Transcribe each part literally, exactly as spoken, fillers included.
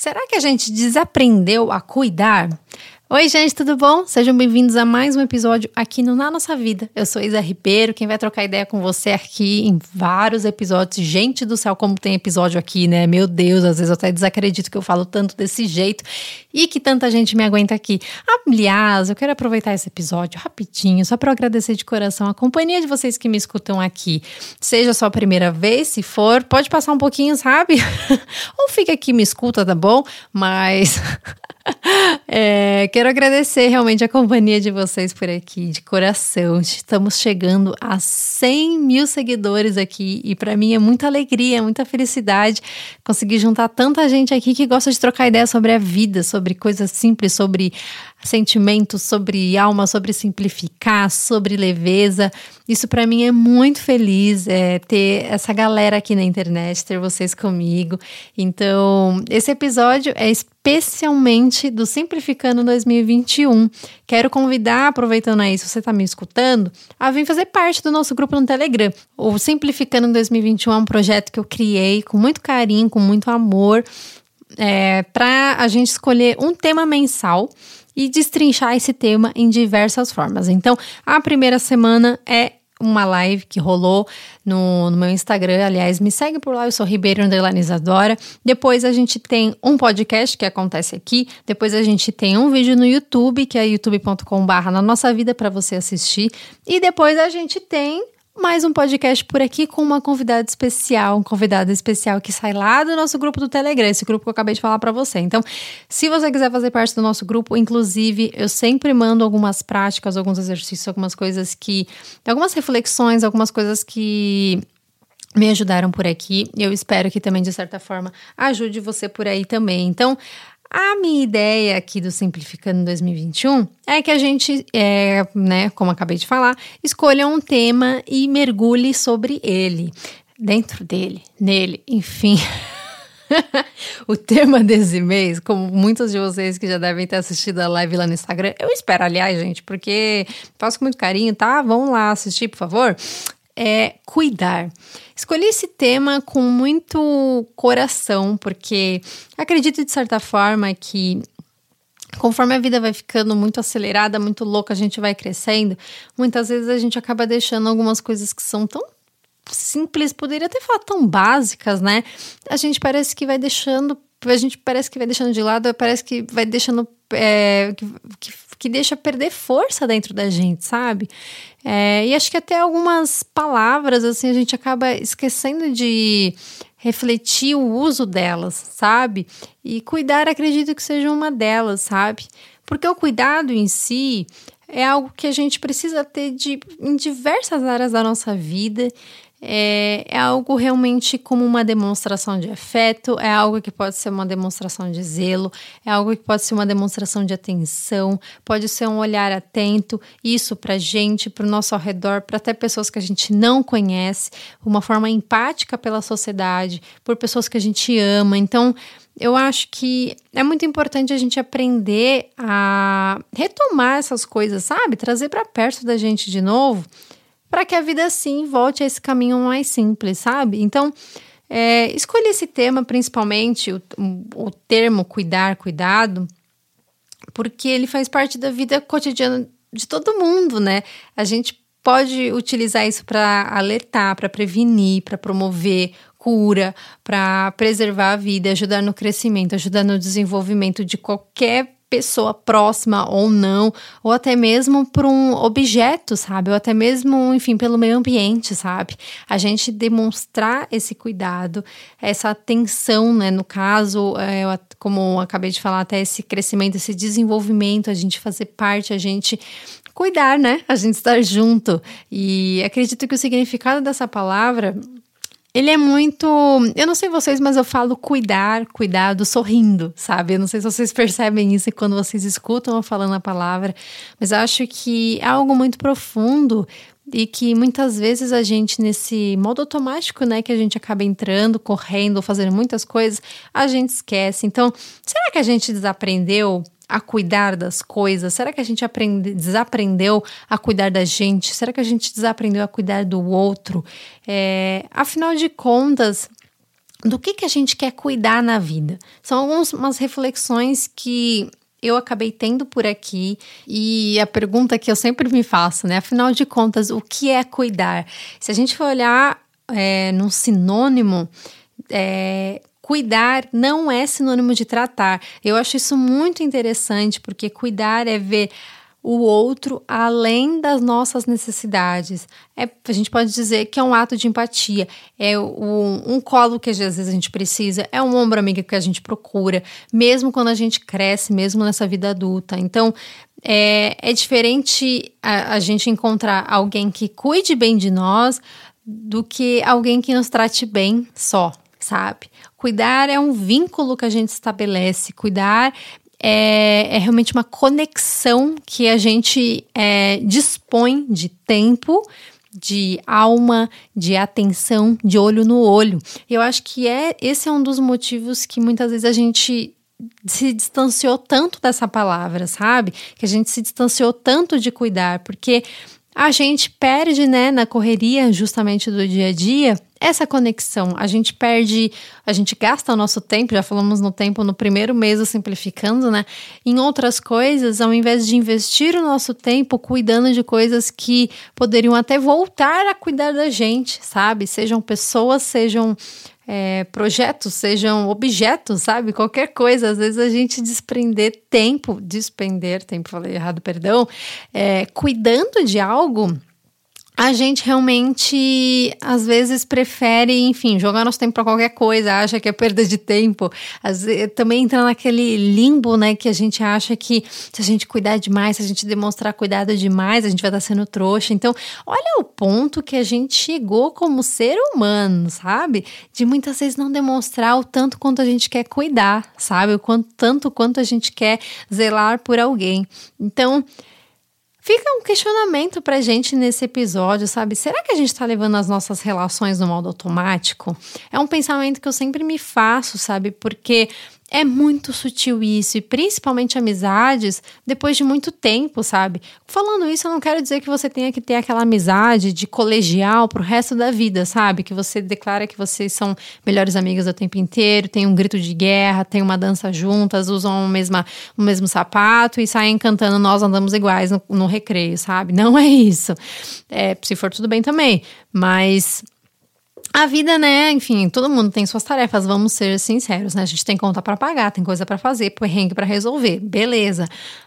Será que a gente desaprendeu a cuidar? Oi, gente, tudo bom? Sejam bem-vindos a mais um episódio aqui no Na Nossa Vida. Eu sou Isa Ribeiro, quem vai trocar ideia com você aqui em vários episódios. Gente do céu, como tem episódio aqui, né? Meu Deus, às vezes eu até desacredito que eu falo tanto desse jeito e que tanta gente me aguenta aqui. Aliás, eu quero aproveitar esse episódio rapidinho, só para agradecer de coração a companhia de vocês que me escutam aqui. Seja só a primeira vez, se for, pode passar um pouquinho, sabe? Ou fica aqui e me escuta, tá bom? Mas... É, quero agradecer realmente a companhia de vocês por aqui, de coração. Estamos chegando a cem mil seguidores aqui e para mim é muita alegria, muita felicidade conseguir juntar tanta gente aqui que gosta de trocar ideia sobre a vida, sobre coisas simples, sobre sentimentos, sobre alma, sobre simplificar, sobre leveza. Isso para mim é muito feliz, é, ter essa galera aqui na internet, ter vocês comigo. Então, esse episódio é especialmente do Simplificando dois mil e vinte e um. Quero convidar, aproveitando aí, se você está me escutando, a vir fazer parte do nosso grupo no Telegram. O Simplificando dois mil e vinte e um é um projeto que eu criei com muito carinho, com muito amor, é, para a gente escolher um tema mensal e destrinchar esse tema em diversas formas. Então, a primeira semana é uma live que rolou no, no meu Instagram. Aliás, me segue por lá, eu sou Ribeiro Underline Isadora. Depois a gente tem um podcast que acontece aqui. Depois a gente tem um vídeo no YouTube, que é youtube ponto com barra na nossa vida para você assistir. E depois a gente tem mais um podcast por aqui com uma convidada especial, um convidado especial que sai lá do nosso grupo do Telegram, esse grupo que eu acabei de falar para você. Então, se você quiser fazer parte do nosso grupo, inclusive, eu sempre mando algumas práticas, alguns exercícios, algumas coisas que... algumas reflexões, algumas coisas que me ajudaram por aqui. Eu espero que também, de certa forma, ajude você por aí também. Então, a minha ideia aqui do Simplificando dois mil e vinte e um é que a gente, é, né, como acabei de falar, escolha um tema e mergulhe sobre ele, dentro dele, nele, enfim. O tema desse mês, como muitos de vocês que já devem ter assistido a live lá no Instagram, eu espero, aliás, gente, porque faço com muito carinho, tá? Vão lá assistir, por favor. É cuidar. Escolhi esse tema com muito coração, porque acredito de certa forma que conforme a vida vai ficando muito acelerada, muito louca, a gente vai crescendo, muitas vezes a gente acaba deixando algumas coisas que são tão simples, poderia até falar tão básicas, né? A gente parece que vai deixando, a gente parece que vai deixando de lado, parece que vai deixando, é, que, que, que deixa perder força dentro da gente, sabe? É, e acho que até algumas palavras, assim, a gente acaba esquecendo de refletir o uso delas, sabe? E cuidar, acredito que seja uma delas, sabe? Porque o cuidado em si é algo que a gente precisa ter de, em diversas áreas da nossa vida. É, é algo realmente como uma demonstração de afeto, é algo que pode ser uma demonstração de zelo, é algo que pode ser uma demonstração de atenção, pode ser um olhar atento, isso pra gente, pro nosso ao redor, para até pessoas que a gente não conhece, uma forma empática pela sociedade, por pessoas que a gente ama. Então, eu acho que é muito importante a gente aprender a retomar essas coisas, sabe? Trazer para perto da gente de novo, para que a vida, assim, volte a esse caminho mais simples, sabe? Então, é, escolhi esse tema, principalmente, o, o termo cuidar, cuidado, porque ele faz parte da vida cotidiana de todo mundo, né? A gente pode utilizar isso para alertar, para prevenir, para promover cura, para preservar a vida, ajudar no crescimento, ajudar no desenvolvimento de qualquer pessoa próxima ou não, ou até mesmo por um objeto, sabe? Ou até mesmo, enfim, pelo meio ambiente, sabe? A gente demonstrar esse cuidado, essa atenção, né? No caso, é, como eu acabei de falar, até esse crescimento, esse desenvolvimento, a gente fazer parte, a gente cuidar, né? A gente estar junto. E acredito que o significado dessa palavra... ele é muito... eu não sei vocês, mas eu falo cuidar, cuidado, sorrindo, sabe? Eu não sei se vocês percebem isso quando vocês escutam eu falando a palavra, mas eu acho que é algo muito profundo e que muitas vezes a gente, nesse modo automático, né, que a gente acaba entrando, correndo, fazendo muitas coisas, a gente esquece. Então, será que a gente desaprendeu a cuidar das coisas? Será que a gente aprende, desaprendeu a cuidar da gente? Será que a gente desaprendeu a cuidar do outro? É, afinal de contas, do que, que a gente quer cuidar na vida. São algumas reflexões que eu acabei tendo por aqui, e a pergunta que eu sempre me faço, né? Afinal de contas, o que é cuidar? Se a gente for olhar é, num sinônimo, é, cuidar não é sinônimo de tratar. Eu acho isso muito interessante, porque cuidar é ver o outro além das nossas necessidades. É, a gente pode dizer que é um ato de empatia, é o, um colo que às vezes a gente precisa, é um ombro amigo que a gente procura, mesmo quando a gente cresce, mesmo nessa vida adulta. Então, é, é diferente a, a gente encontrar alguém que cuide bem de nós do que alguém que nos trate bem só, sabe? Cuidar é um vínculo que a gente estabelece, cuidar É, é realmente uma conexão que a gente é, dispõe de tempo, de alma, de atenção, de olho no olho. Eu acho que é, esse é um dos motivos que muitas vezes a gente se distanciou tanto dessa palavra, sabe? Que a gente se distanciou tanto de cuidar, porque a gente perde, né, na correria justamente do dia a dia, essa conexão. A gente perde, a gente gasta o nosso tempo, já falamos no tempo no primeiro mês, simplificando, né, em outras coisas, ao invés de investir o nosso tempo cuidando de coisas que poderiam até voltar a cuidar da gente, sabe? Sejam pessoas, sejam É, projetos, sejam objetos, sabe? Qualquer coisa. Às vezes a gente desprender tempo, despender tempo, falei errado, perdão, é, cuidando de algo, a gente realmente, às vezes, prefere, enfim, jogar nosso tempo para qualquer coisa, acha que é perda de tempo. Às vezes, também entra naquele limbo, né, que a gente acha que se a gente cuidar demais, se a gente demonstrar cuidado demais, a gente vai estar sendo trouxa. Então, olha o ponto que a gente chegou como ser humano, sabe? De muitas vezes não demonstrar o tanto quanto a gente quer cuidar, sabe? O quanto, tanto quanto a gente quer zelar por alguém. Então, fica um questionamento pra gente nesse episódio, sabe? Será que a gente tá levando as nossas relações no modo automático? É um pensamento que eu sempre me faço, sabe? Porque é muito sutil isso, e principalmente amizades, depois de muito tempo, sabe? Falando isso, eu não quero dizer que você tenha que ter aquela amizade de colegial pro resto da vida, sabe? Que você declara que vocês são melhores amigas o tempo inteiro, tem um grito de guerra, tem uma dança juntas, usam o, mesma, o mesmo sapato e saem cantando Nós Andamos Iguais no, no recreio, sabe? Não é isso. É, se for tudo bem também, mas a vida, né, enfim, todo mundo tem suas tarefas, vamos ser sinceros, né, a gente tem conta pra pagar, tem coisa pra fazer, perrengue pra resolver, beleza,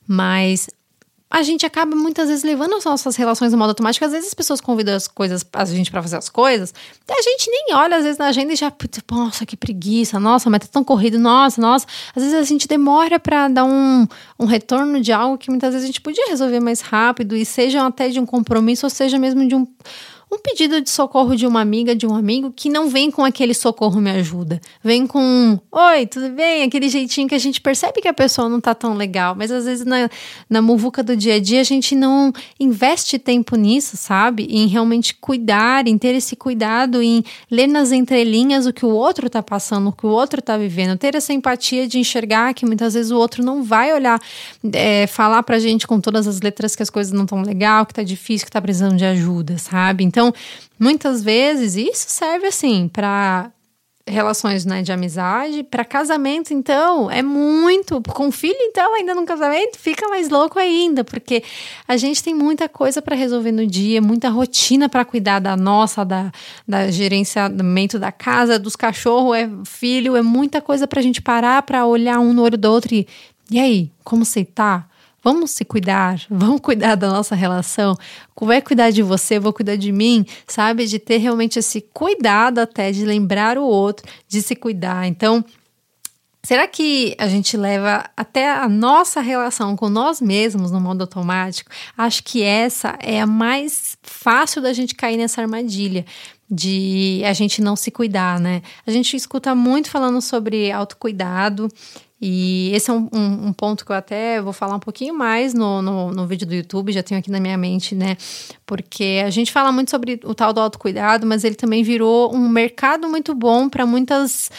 mas a gente acaba muitas vezes levando as nossas relações no modo automático. Às vezes as pessoas convidam as coisas, a gente pra fazer as coisas, e a gente nem olha às vezes na agenda e já, putz, nossa, que preguiça, nossa, mas tá tão corrido, nossa, nossa, às vezes a gente demora pra dar um, um retorno de algo que muitas vezes a gente podia resolver mais rápido, e seja até de um compromisso, ou seja mesmo de um Um pedido de socorro de uma amiga, de um amigo, que não vem com aquele socorro me ajuda. Vem com um, oi, tudo bem? Aquele jeitinho que a gente percebe que a pessoa não tá tão legal. Mas às vezes na, na muvuca do dia a dia a gente não investe tempo nisso, sabe? Em realmente cuidar, em ter esse cuidado, em ler nas entrelinhas o que o outro tá passando, o que o outro tá vivendo. Ter essa empatia de enxergar que muitas vezes o outro não vai olhar, é, falar pra gente com todas as letras que as coisas não tão legal, que tá difícil, que tá precisando de ajuda, sabe? Então, Então, muitas vezes, isso serve, assim, para relações, né, de amizade, para casamento, então, é muito. Com filho, então, ainda num casamento, fica mais louco ainda, porque a gente tem muita coisa para resolver no dia, muita rotina para cuidar da nossa, da, da gerenciamento da casa, dos cachorros, é filho, é muita coisa para a gente parar, para olhar um no olho do outro e, e aí, como você tá? Vamos se cuidar, vamos cuidar da nossa relação, vai cuidar de você, vou cuidar de mim, sabe? De ter realmente esse cuidado até, de lembrar o outro, de se cuidar. Então, será que a gente leva até a nossa relação com nós mesmos no modo automático? Acho que essa é a mais fácil da gente cair nessa armadilha de a gente não se cuidar, né? A gente escuta muito falando sobre autocuidado, e esse é um, um, um ponto que eu até vou falar um pouquinho mais no, no, no vídeo do YouTube, já tenho aqui na minha mente, né? Porque a gente fala muito sobre o tal do autocuidado, mas ele também virou um mercado muito bom para muitas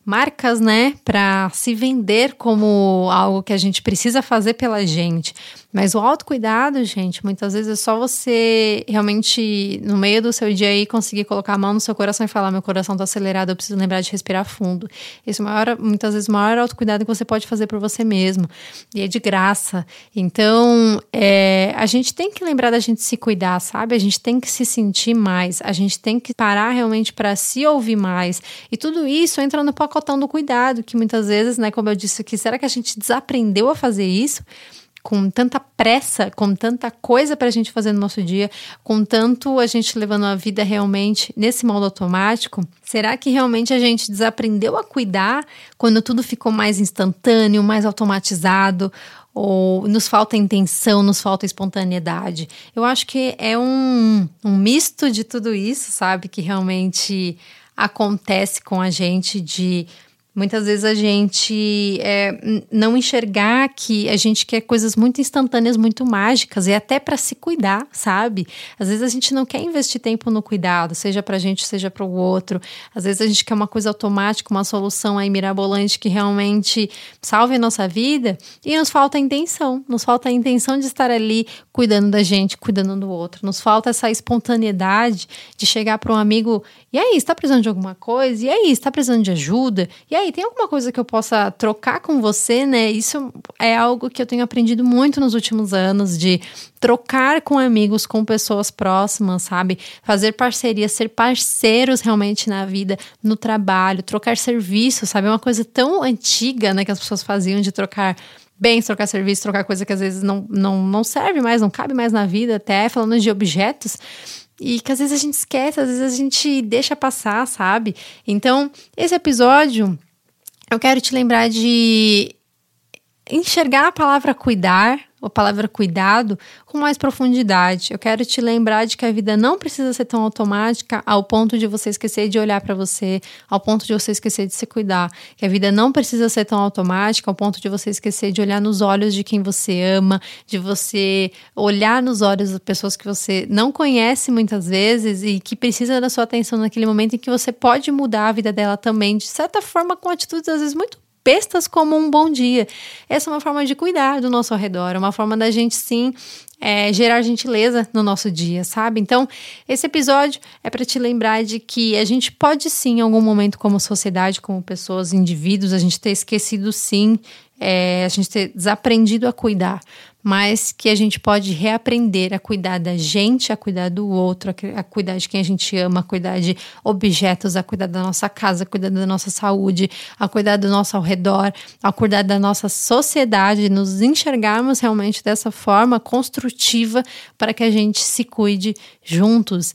marcas, né, para se vender como algo que a gente precisa fazer pela gente. Mas o autocuidado, gente, muitas vezes é só você realmente, no meio do seu dia aí, conseguir colocar a mão no seu coração e falar: meu coração tá acelerado, eu preciso lembrar de respirar fundo. Esse é o maior, muitas vezes o maior autocuidado que você pode fazer por você mesmo. E é de graça. Então, é, a gente tem que lembrar da gente se cuidar, sabe? A gente tem que se sentir mais. A gente tem que parar realmente para se ouvir mais. E tudo isso entra no pacotão do cuidado, que muitas vezes, né, como eu disse aqui, será que a gente desaprendeu a fazer isso? Com tanta pressa, com tanta coisa para a gente fazer no nosso dia, com tanto a gente levando a vida realmente nesse modo automático, será que realmente a gente desaprendeu a cuidar quando tudo ficou mais instantâneo, mais automatizado? Ou nos falta intenção, nos falta espontaneidade? Eu acho que é um, um misto de tudo isso, sabe? Que realmente acontece com a gente de... Muitas vezes a gente é, não enxergar que a gente quer coisas muito instantâneas, muito mágicas, e até para se cuidar, sabe? Às vezes a gente não quer investir tempo no cuidado, seja pra gente, seja para o outro. Às vezes a gente quer uma coisa automática, uma solução aí mirabolante que realmente salve a nossa vida, e nos falta a intenção, nos falta a intenção de estar ali cuidando da gente, cuidando do outro. Nos falta essa espontaneidade de chegar para um amigo: e aí, está precisando de alguma coisa? E aí, está precisando de ajuda? E aí, tem alguma coisa que eu possa trocar com você, né? Isso é algo que eu tenho aprendido muito nos últimos anos, de trocar com amigos, com pessoas próximas, sabe? Fazer parcerias, ser parceiros realmente na vida, no trabalho, trocar serviços, sabe? É uma coisa tão antiga, né, que as pessoas faziam, de trocar bens, trocar serviço, trocar coisa que às vezes não, não, não serve mais, não cabe mais na vida, até falando de objetos. E que às vezes a gente esquece, às vezes a gente deixa passar, sabe? Então, esse episódio, eu quero te lembrar de enxergar a palavra cuidar, a palavra cuidado, com mais profundidade. Eu quero te lembrar de que a vida não precisa ser tão automática ao ponto de você esquecer de olhar para você, ao ponto de você esquecer de se cuidar. Que a vida não precisa ser tão automática ao ponto de você esquecer de olhar nos olhos de quem você ama, de você olhar nos olhos das pessoas que você não conhece muitas vezes e que precisa da sua atenção naquele momento em que você pode mudar a vida dela também, de certa forma, com atitudes às vezes muito bestas, como um bom dia. Essa é uma forma de cuidar do nosso ao redor, é uma forma da gente, sim, é, gerar gentileza no nosso dia, sabe? Então, esse episódio é para te lembrar de que a gente pode, sim, em algum momento, como sociedade, como pessoas, indivíduos, a gente ter esquecido, sim, é, a gente ter desaprendido a cuidar, mas que a gente pode reaprender a cuidar da gente, a cuidar do outro, a, a cuidar de quem a gente ama, a cuidar de objetos, a cuidar da nossa casa, a cuidar da nossa saúde, a cuidar do nosso ao redor, a cuidar da nossa sociedade, nos enxergarmos realmente dessa forma construtiva para que a gente se cuide juntos.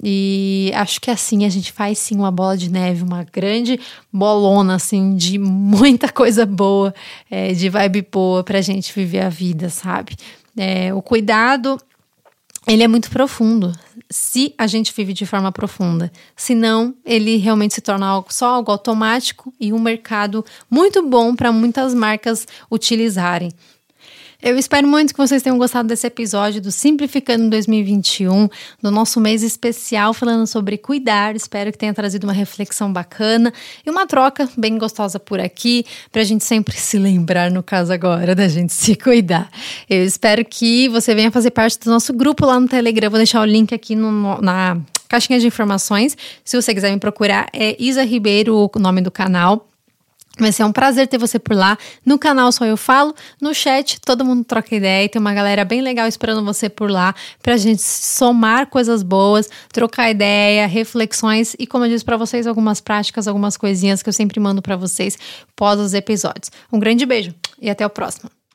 E acho que assim a gente faz sim uma bola de neve, uma grande bolona assim de muita coisa boa, é, de vibe boa pra gente viver a vida, sabe? É, o cuidado, ele é muito profundo, se a gente vive de forma profunda. Senão, ele realmente se torna algo, só algo automático e um mercado muito bom para muitas marcas utilizarem. Eu espero muito que vocês tenham gostado desse episódio do Simplificando dois mil e vinte e um, do nosso mês especial falando sobre cuidar. Espero que tenha trazido uma reflexão bacana e uma troca bem gostosa por aqui, pra gente sempre se lembrar, no caso agora, da gente se cuidar. Eu espero que você venha fazer parte do nosso grupo lá no Telegram. Vou deixar o link aqui no, na caixinha de informações. Se você quiser me procurar, é Isa Ribeiro o nome do canal. Vai ser um prazer ter você por lá. No canal Só Eu Falo, no chat todo mundo troca ideia e tem uma galera bem legal esperando você por lá pra gente somar coisas boas, trocar ideia, reflexões e, como eu disse pra vocês, algumas práticas, algumas coisinhas que eu sempre mando pra vocês pós os episódios. Um grande beijo e até o próximo.